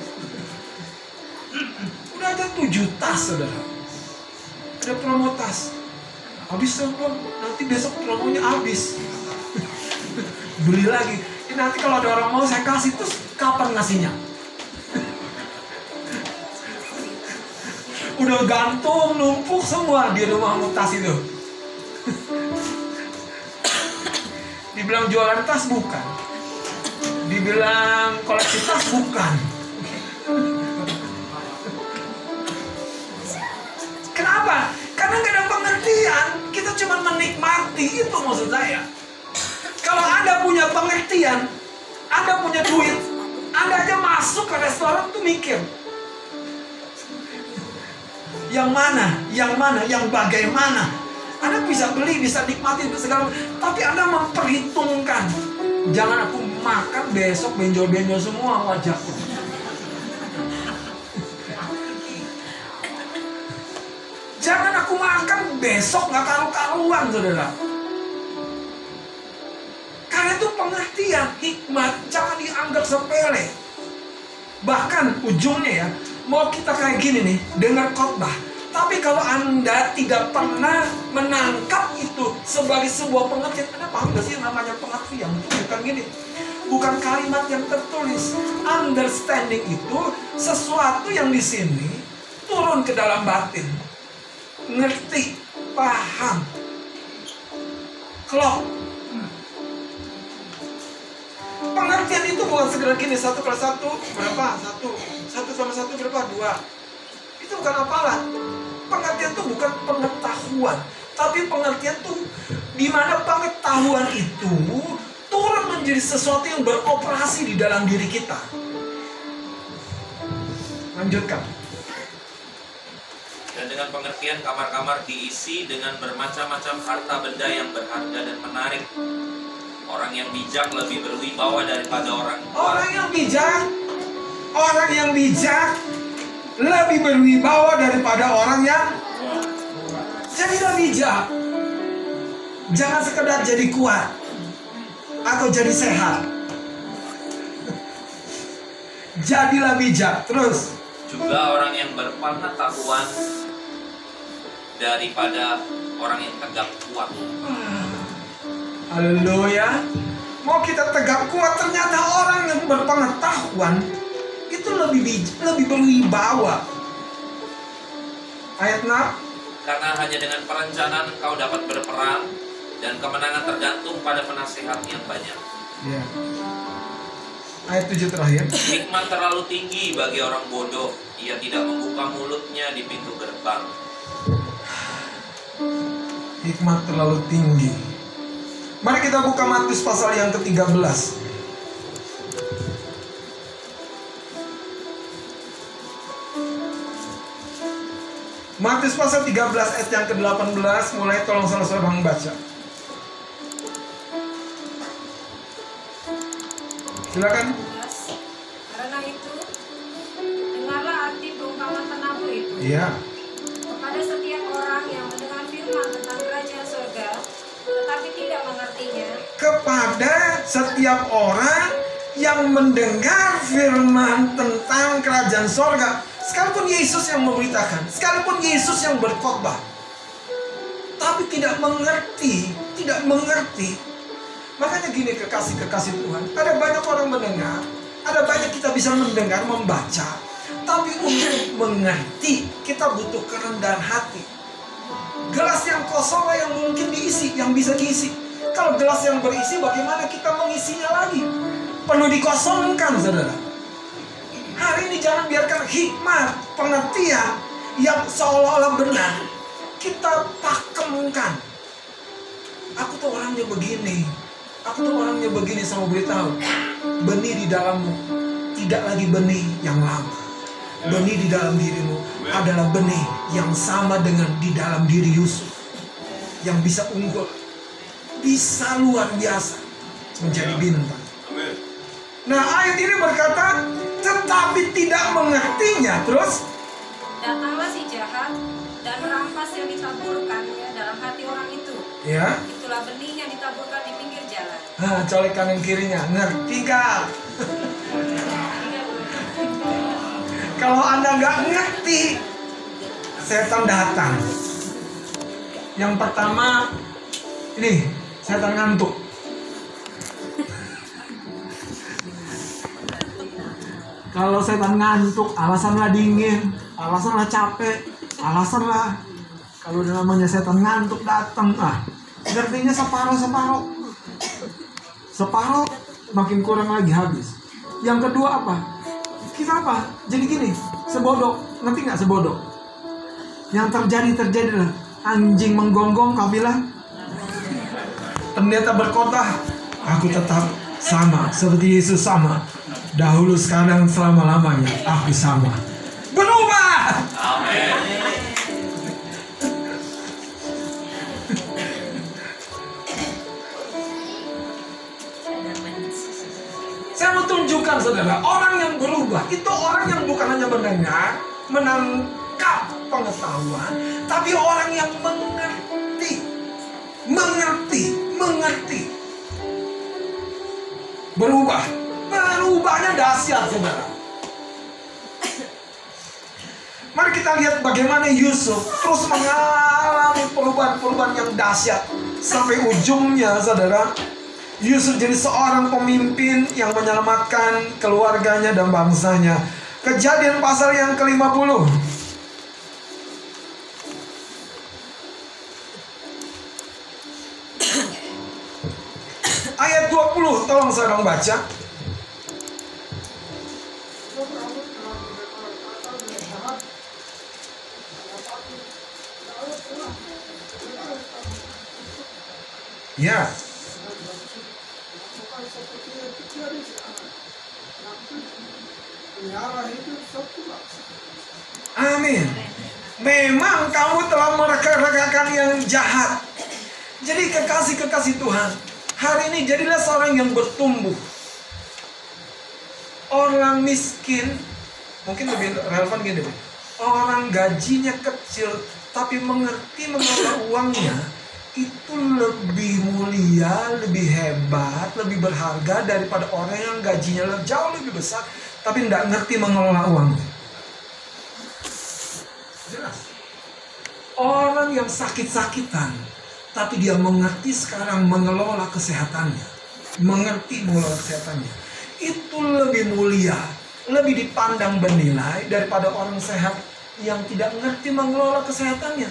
Udah ada tujuh tas, saudara. Ada promo tas. Habis tuh, nanti besok promonya habis. Beli lagi. Ini nanti kalau ada orang mau saya kasih, terus kapan ngasihnya? Udah gantung, numpuk semua di rumah tas itu. Dibilang jualan tas bukan. Dibilang koleksi tas bukan. Kenapa? Karena gak ada pengertian. Kita cuma menikmati, itu maksud saya. Kalau Anda punya pengertian, Anda punya duit, Anda aja masuk ke restoran tuh mikir, yang mana, yang mana, yang bagaimana. Anda bisa beli, bisa nikmati segala, tapi Anda memperhitungkan, jangan aku makan besok benjol-benjol semua wajahku. Jangan aku makan besok nggak karu-karuan, saudara. Karena itu pengertian, hikmat, jangan dianggap sepele. Bahkan ujungnya ya, mau kita kayak gini nih, dengar khotbah, tapi kalau Anda tidak pernah menangkap itu sebagai sebuah pengertian, Anda paham gak sih yang namanya pengertian? Bukan gini, bukan kalimat yang tertulis. Understanding itu sesuatu yang di sini turun ke dalam batin. Ngerti, paham, klop. Pengertian itu bukan segera gini, satu plus satu berapa? Satu, satu sama satu berapa? Dua. Itu bukan hafalan. Pengertian itu bukan pengetahuan, tapi pengertian itu di mana pengetahuan itu turun menjadi sesuatu yang beroperasi di dalam diri kita. Lanjutkan. Dan dengan pengertian kamar-kamar diisi dengan bermacam-macam harta benda yang berharga dan menarik. Orang yang bijak lebih berwibawa daripada orang tua. Orang yang bijak, orang yang bijak lebih berwibawa daripada orang yang jadilah bijak. Jangan sekedar jadi kuat atau jadi sehat. Jadilah bijak. Terus Juga orang yang berpengetahuan daripada orang yang tegap kuat. haleluya. Mau kita tegak kuat, ternyata orang yang berpengetahuan itu lebih bij- lebih berwibawa. Ayat enam. Karena hanya dengan perencanaan engkau dapat berperang, dan kemenangan tergantung pada penasehat yang banyak. Ya. Ayat tujuh terakhir. Hikmat terlalu tinggi bagi orang bodoh. Ia tidak membuka mulutnya di pintu gerbang. Hikmat terlalu tinggi. Mari kita buka Matius pasal yang ke tiga belas. Matius pasal tiga belas ayat yang ke delapan belas. Mulai, tolong salah seorang baca. Silakan. Karena itu, dengarlah arti perumpamaan penabur itu. Iya. Kepada setiap orang yang mendengar firman tentang kerajaan surga, tetapi tidak mengertinya, Kepada setiap orang yang mendengar firman tentang kerajaan sorga, sekalipun Yesus yang memberitakan, sekalipun Yesus yang berkhotbah, tapi tidak mengerti, tidak mengerti. Makanya gini, kekasih-kekasih Tuhan, ada banyak orang mendengar, ada banyak kita bisa mendengar, membaca, tapi untuk mengerti kita butuh kerendahan hati. Gelas yang kosong lah yang mungkin diisi, yang bisa diisi. Kalau gelas yang berisi, bagaimana kita mengisinya lagi? Perlu dikosongkan, saudara. Hari ini jangan biarkan hikmat, pengertian yang seolah-olah benar kita pakemkan. Aku tuh orangnya begini, aku tuh orangnya begini, sama beritahu, benih di dalammu tidak lagi benih yang lama. Benih di dalam dirimu adalah benih yang sama dengan di dalam diri Yusuf, yang bisa unggul, bisa luar biasa menjadi bintang. Nah, ayat ini berkata, tetapi tidak mengertinya. Terus, datanglah si jahat dan merampas yang ditaburkannya dalam hati orang itu. ya, Itulah benih yang ditaburkan di pinggir jalan. nah, colek kanan kirinya, ngerti gak? Kalau Anda nggak ngerti, setan datang. Yang pertama, ini setan ngantuk. Kalau setan ngantuk, alasanlah dingin, alasanlah capek, alasanlah kalau namanya setan ngantuk datang. Ah, ngertinya separuh-separuh, separuh makin kurang lagi habis. Yang kedua apa? Kita apa? Jadi gini, sebodoh. Ngerti nggak sebodoh? Yang terjadi terjadilah anjing menggonggong, kafilah pendeta berkhotbah, aku tetap sama seperti Yesus sama. Dahulu, sekarang, selama-lamanya aku sama. Berubah. Amin. Saya mau tunjukkan, saudara, orang yang berubah itu orang yang bukan hanya mendengar, menangkap pengetahuan, tapi orang yang mengerti, mengerti, mengerti. Berubah, berubahnya dahsyat, saudara. Mari kita lihat bagaimana Yusuf terus mengalami perubahan-perubahan yang dahsyat sampai ujungnya, saudara. Yusuf jadi seorang pemimpin yang menyelamatkan keluarganya dan bangsanya. Kejadian pasal yang ke lima puluh. Ayat dua puluh, tolong seorang baca. Ya. Amin. Memang kamu telah mereka-rekakan yang jahat. Jadi kekasih-kekasih Tuhan, hari ini jadilah seorang yang bertumbuh. Orang miskin, mungkin lebih relevan gini deh. Orang gajinya kecil, tapi mengerti mengelola uangnya, itu lebih mulia, lebih hebat, lebih berharga daripada orang yang gajinya jauh lebih besar, tapi tidak ngerti mengelola uangnya. Jelas. Orang yang sakit-sakitan, tapi dia mengerti sekarang mengelola kesehatannya, mengerti mengelola kesehatannya, itu lebih mulia, lebih dipandang bernilai daripada orang sehat yang tidak mengerti mengelola kesehatannya.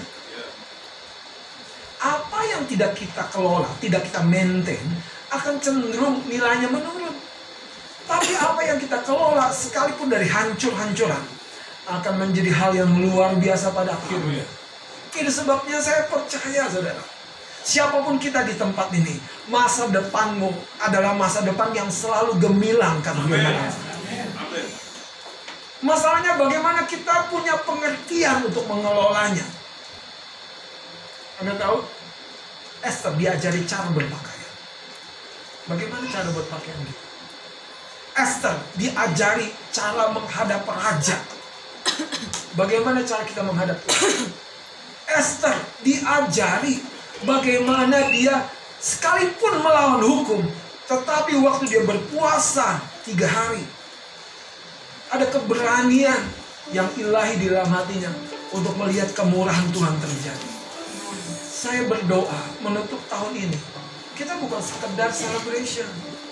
Apa yang tidak kita kelola, tidak kita maintain, akan cenderung nilainya menurun. Tapi apa yang kita kelola, sekalipun dari hancur-hancuran, akan menjadi hal yang luar biasa pada akhirnya. Itu sebabnya saya percaya, saudara, siapapun kita di tempat ini, masa depanmu adalah masa depan yang selalu gemilang, kata firman Allah. Masalahnya bagaimana kita punya pengertian untuk mengelolanya. Anda tahu, Esther diajari cara berpakaian. Bagaimana cara berpakaian gitu? Esther diajari cara menghadap raja. Bagaimana cara kita menghadap Tuhan? Esther diajari bagaimana dia sekalipun melawan hukum, tetapi waktu dia berpuasa tiga hari, ada keberanian yang ilahi di dalam hatinya untuk melihat kemurahan Tuhan terjadi. Saya berdoa menutup tahun ini, kita bukan sekedar celebration.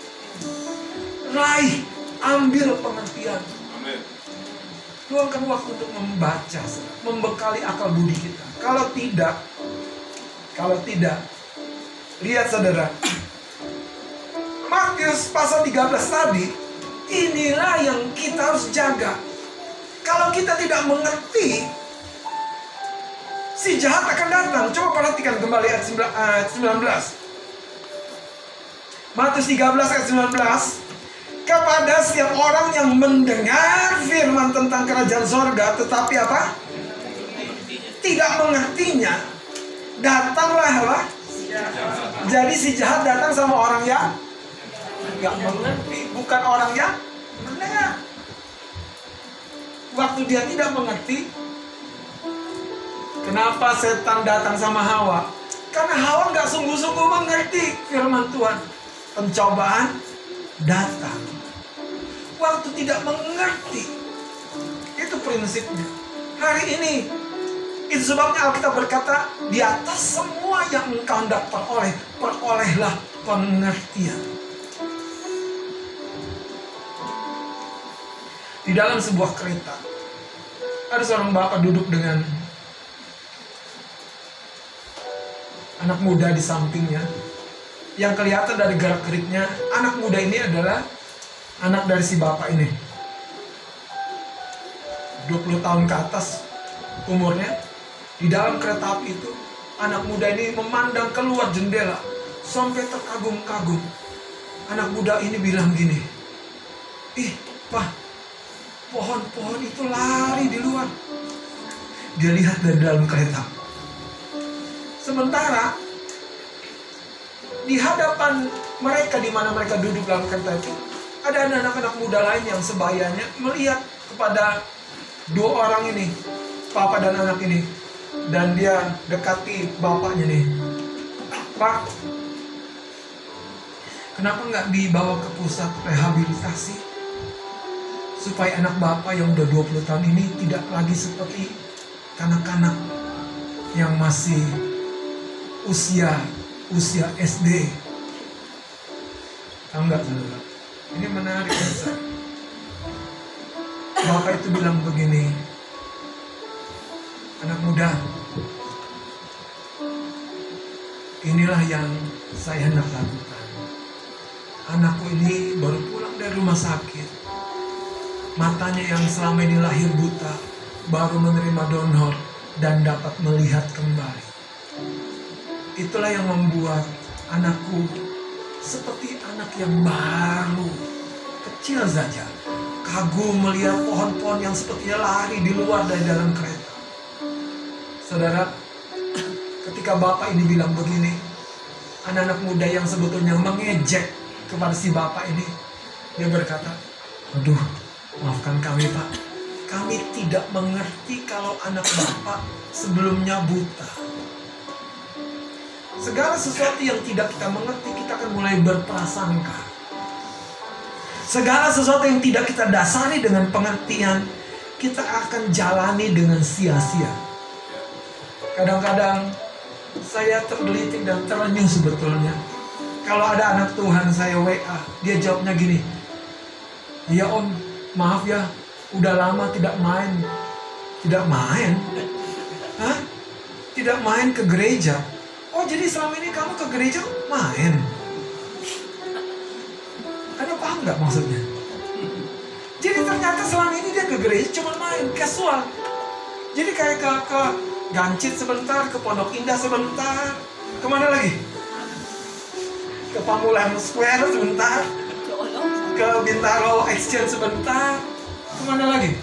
Raih, ambil pengertian. Amin. Luangkan waktu untuk membaca, membekali akal budi kita. Kalau tidak, kalau tidak, lihat saudara, Matius pasal tiga belas tadi, inilah yang kita harus jaga. Kalau kita tidak mengerti, si jahat akan datang. Coba perhatikan kembali ayat sembilan belas. Matius tiga belas ayat sembilan belas. Kepada setiap orang yang mendengar firman tentang kerajaan sorga, tetapi apa? Tidak mengertinya, datanglah apa? Jadi si jahat datang sama orang yang gak mengerti, bukan orang yang mendengar. Waktu dia tidak mengerti, kenapa setan datang sama Hawa? Karena Hawa gak sungguh-sungguh mengerti firman Tuhan. Pencobaan datang waktu tidak mengerti. Itu prinsipnya. Hari ini, itu sebabnya Alkitab berkata, di atas semua yang engkau hendak peroleh, perolehlah pengertian. Di dalam sebuah kereta, ada seorang bapak duduk dengan anak muda di sampingnya. Yang kelihatan dari gerak-geriknya, anak muda ini adalah anak dari si bapak ini. dua puluh tahun ke atas umurnya. Di dalam kereta api itu, anak muda ini memandang keluar jendela sampai terkagum-kagum. Anak muda ini bilang gini, "Ih, Pak, pohon-pohon itu lari di luar." Dia lihat dari dalam kereta. Sementara di hadapan mereka, di mana mereka duduk dalam kereta itu, ada anak-anak muda lain yang sebayanya melihat kepada dua orang ini, papa dan anak ini, dan dia dekati bapaknya nih. "Pak, kenapa nggak dibawa ke pusat rehabilitasi supaya anak bapak yang udah dua puluh tahun ini tidak lagi seperti kanak-kanak yang masih usia usia S D?" Tahu nggak, saudara? Ini menarik, saudara. Bapak itu bilang begini, "Anak muda, inilah yang saya hendak lakukan. Anakku ini baru pulang dari rumah sakit. Matanya yang selama ini lahir buta, baru menerima donor dan dapat melihat kembali. Itulah yang membuat anakku seperti anak yang baru, kecil saja, kagum melihat pohon-pohon yang sepertinya lari di luar dari dalam kereta. Saudara, ketika bapak ini bilang begini, anak-anak muda yang sebetulnya mengejek kepada si bapak ini, dia berkata, aduh, maafkan kami pak, kami tidak mengerti kalau anak bapak sebelumnya buta. Segala sesuatu yang tidak kita mengerti, kita akan mulai berprasangka. Segala sesuatu yang tidak kita dasari dengan pengertian, kita akan jalani dengan sia-sia. Kadang-kadang saya tergelitik dan terenyuh sebetulnya. Kalau ada anak Tuhan saya W A, dia jawabnya gini, iya om, maaf ya, udah lama tidak main. Tidak main? Hah? Tidak main ke gereja? Oh jadi selama ini kamu ke gereja main? Anda paham gak maksudnya? Jadi ternyata selama ini dia ke gereja cuma main, casual. Jadi kayak ke, ke Gancit sebentar, ke Pondok Indah sebentar. Kemana lagi? Ke Pamulang Square sebentar, ke Bintaro Exchange sebentar. Kemana lagi?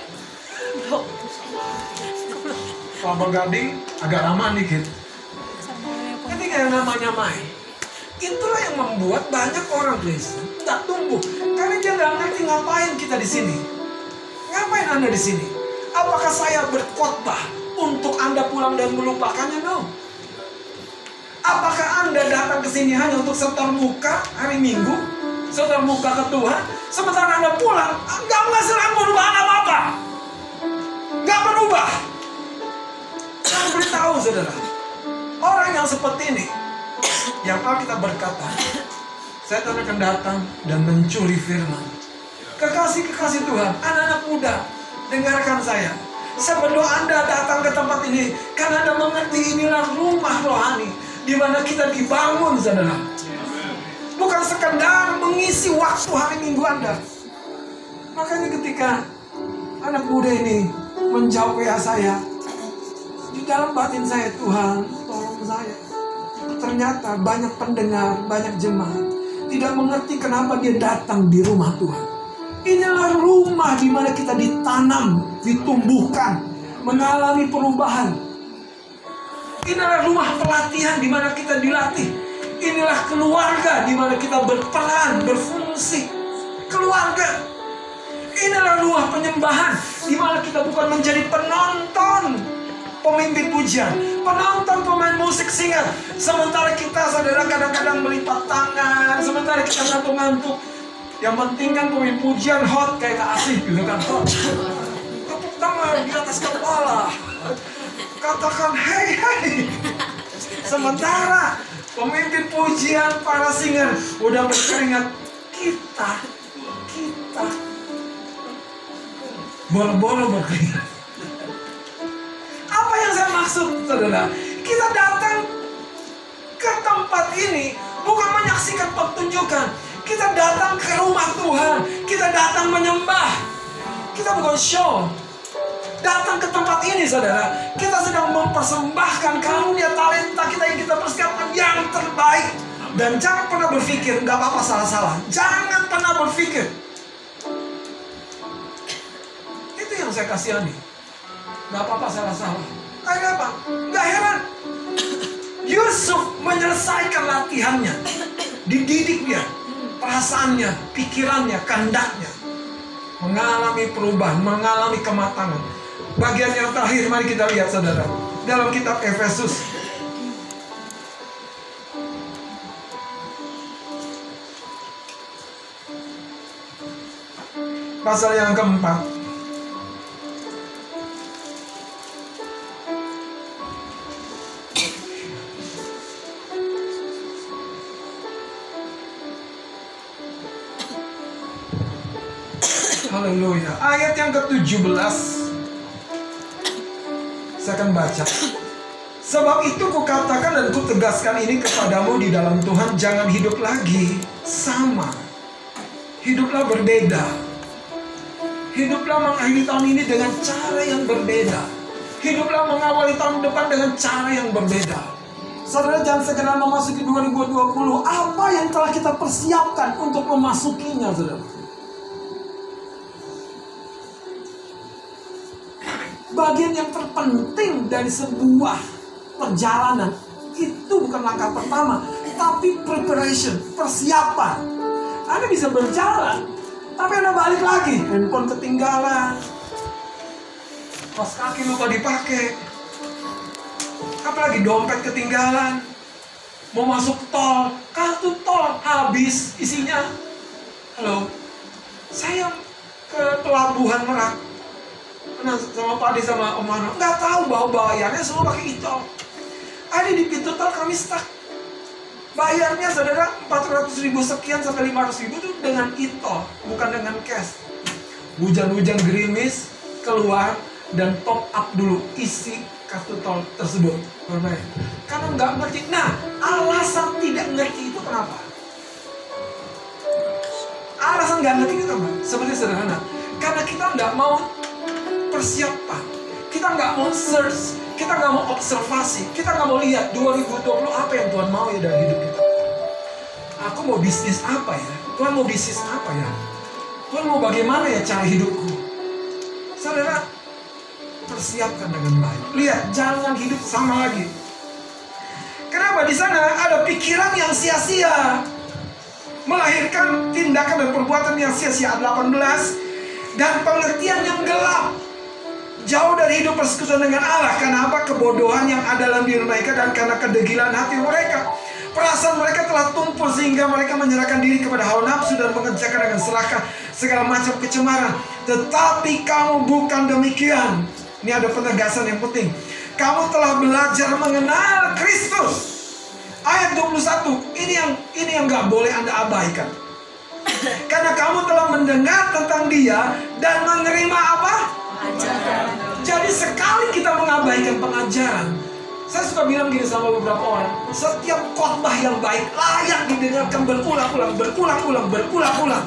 Kelapa Gading agak lama dikit. Ketika yang namanya main, itulah yang membuat banyak orang Kristen tidak tumbuh. Karena dia nggak ngerti ngapain kita di sini. Ngapain Anda di sini? Apakah saya berkhotbah untuk Anda pulang dan melupakannya? No. Apakah Anda datang ke sini hanya untuk setor muka hari Minggu, setor muka ke Tuhan, sementara Anda pulang nggak menghasilkan perubahan apa-apa, nggak berubah? Saya beritahu saudara, orang yang seperti ini, yang Alkitab berkata, setan akan datang dan mencuri firman. Kekasih-kekasih Tuhan, anak-anak muda, dengarkan saya. Sebelum Anda datang ke tempat ini, karena Anda mengerti inilah rumah rohani, di mana kita dibangun, saudara. Bukan sekedar mengisi waktu hari Minggu Anda. Makanya ketika anak muda ini menjawab W A saya, di dalam batin saya, Tuhan, tolong saya. Ternyata banyak pendengar, banyak jemaat tidak mengerti kenapa dia datang di rumah Tuhan. Inilah rumah di mana kita ditanam, ditumbuhkan, mengalami perubahan. Inilah rumah pelatihan di mana kita dilatih. Inilah keluarga di mana kita berperan, berfungsi. Keluarga. Inilah rumah penyembahan di mana kita bukan menjadi penonton, pemimpin pujian, penonton pemain musik singer, sementara kita saudara kadang-kadang melipat tangan, sementara kita ngantuk-ngantuk. Yang penting kan pemimpin pujian hot kayak Kak Asih gitu kan, hot. Tepuk tangan di atas kepala, katakan hey hey. Sementara pemimpin pujian para singer udah berkeringat, kita kita boro-boro berkeringat. Apa yang saya maksud, saudara? Kita datang ke tempat ini bukan menyaksikan pertunjukan. Kita datang ke rumah Tuhan. Kita datang menyembah. Kita bukan show. Datang ke tempat ini, saudara, kita sedang mempersembahkan karunia talenta kita yang kita persiapkan yang terbaik. Dan jangan pernah berpikir nggak apa-apa salah-salah. Jangan pernah berpikir. Itu yang saya kasihani. Gak apa-apa salah-salah. Kayak apa? Gak heran Yusuf menyelesaikan latihannya, dididiknya, perasaannya, pikirannya, kehendaknya, mengalami perubahan, mengalami kematangan. Bagian yang terakhir mari kita lihat, saudara, dalam kitab Efesus pasal yang keempat. Haleluya. Ayat yang ketujuh belas. Saya akan baca. Sebab itu kukatakan dan kutegaskan ini kepadamu di dalam Tuhan, jangan hidup lagi sama. Hiduplah berbeda. Hiduplah mengakhiri tahun ini dengan cara yang berbeda. Hiduplah mengawali tahun depan dengan cara yang berbeda. Saudara, jangan sekedar memasuki dua ribu dua puluh. Apa yang telah kita persiapkan untuk memasukinya, saudara? bagian yang terpenting dari sebuah perjalanan itu bukan langkah pertama, tapi preparation, persiapan. Anda bisa berjalan, tapi Anda balik lagi, handphone ketinggalan, kaos kaki lupa dipakai, apalagi dompet ketinggalan, mau masuk tol, kartu tol habis isinya. Halo, saya ke pelabuhan Merak, nah, sama Pak Ade sama Om Mano, nggak tahu bahwa bayarnya semua pakai e-tol. Ada di pintu tol kami stuck. Bayarnya saudara empat ratus ribu sekian sampai lima ratus ribu itu dengan e-tol, bukan dengan cash. Hujan-hujan gerimis, keluar dan top up dulu isi kartu tol tersebut. Karena nggak ngerti. Nah, alasan tidak ngerti itu kenapa? Alasan nggak ngerti itu apa? Sebenarnya sederhana. Karena kita nggak mau persiapan, kita nggak mau search, kita nggak mau observasi, kita nggak mau lihat dua ribu dua puluh apa yang Tuhan mau ya dari hidup kita. Aku mau bisnis apa ya? Tuhan mau bisnis apa ya? Tuhan mau bagaimana ya cara hidupku? Saudara, persiapkan dengan baik. Lihat, jangan hidup sama lagi. Kenapa? Di sana ada pikiran yang sia-sia, melahirkan tindakan dan perbuatan yang sia-sia. Delapan belas, dan pengertian yang gelap, jauh dari hidup persekutuan dengan Allah. Karena apa? Kebodohan yang ada dalam diri mereka, dan karena kedegilan hati mereka. Perasaan mereka telah tumpul sehingga mereka menyerahkan diri kepada hawa nafsu dan mengerjakan dengan serakah segala macam kecemaran. Tetapi kamu bukan demikian. Ini ada penegasan yang penting. Kamu telah belajar mengenal Kristus. Ayat dua puluh satu. Ini yang ini yang gak boleh Anda abaikan. Karena kamu telah mendengar tentang Dia dan menerima apa? Pengajaran. Jadi sekali kita mengabaikan pengajaran, saya suka bilang gini sama beberapa orang, setiap khotbah yang baik layak didengarkan berulang-ulang, berulang-ulang, berulang-ulang.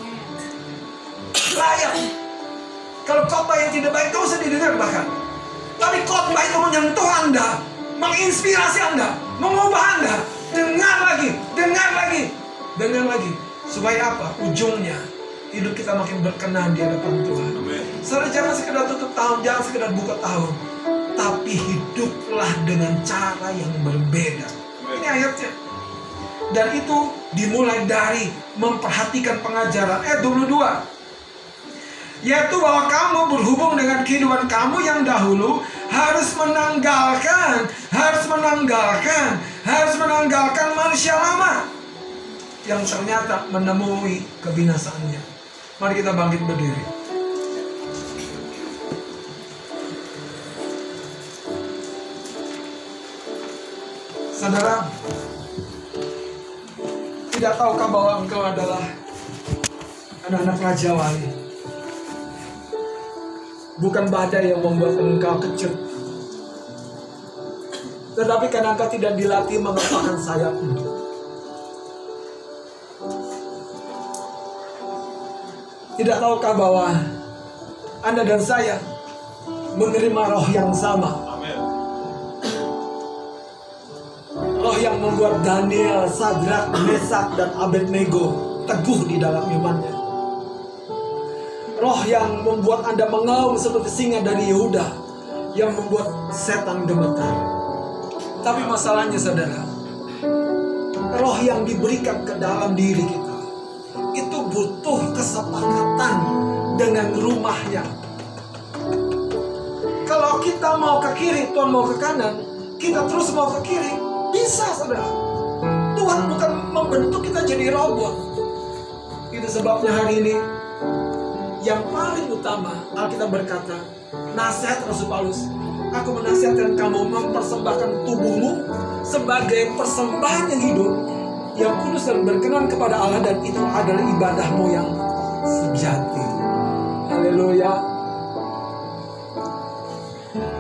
Layak. Kalau khotbah yang tidak baik, gak usah didengar bahkan. Tapi khotbah itu menyentuh Anda, menginspirasi Anda, mengubah Anda. Dengar lagi, dengar lagi, dengar lagi. Supaya apa? Ujungnya hidup kita makin berkenan di hadapan Tuhan. Saudara, jangan sekedar tutup tahun, jangan sekedar buka tahun, tapi hiduplah dengan cara yang berbeda. Ini ayatnya. Dan itu dimulai dari memperhatikan pengajaran. Eh, dua puluh dua. Yaitu bahwa kamu berhubung dengan kehidupan kamu yang dahulu harus menanggalkan, harus menanggalkan, harus menanggalkan manusia lama yang ternyata menemui kebinasaannya. Mari kita bangkit berdiri. Saudara, tidak tahukah bahwa engkau adalah anak-anak Raja Wali? Bukan badai yang membuat engkau kecut, tetapi karena engkau tidak dilatih mengepakkan sayapmu. Tidak tahukah bahwa Anda dan saya menerima roh yang sama? Amin. Roh yang membuat Daniel, Sadrak, Mesak, dan Abednego teguh di dalam imannya. Roh yang membuat Anda mengaum seperti singa dari Yehuda, yang membuat setan gemetar. Tapi masalahnya saudara, roh yang diberikan ke dalam diri kita itu butuh kesepakatan dengan rumahnya. Kalau kita mau ke kiri, Tuhan mau ke kanan, kita terus mau ke kiri, bisa saudara. Tuhan bukan membentuk kita jadi robot. Itu sebabnya hari ini yang paling utama, Alkitab berkata, nasihat Rasul Paulus, aku menasihatkan kamu mempersembahkan tubuhmu sebagai persembahan yang hidup, yang kudus dan berkenan kepada Allah, dan itu adalah ibadahmu yang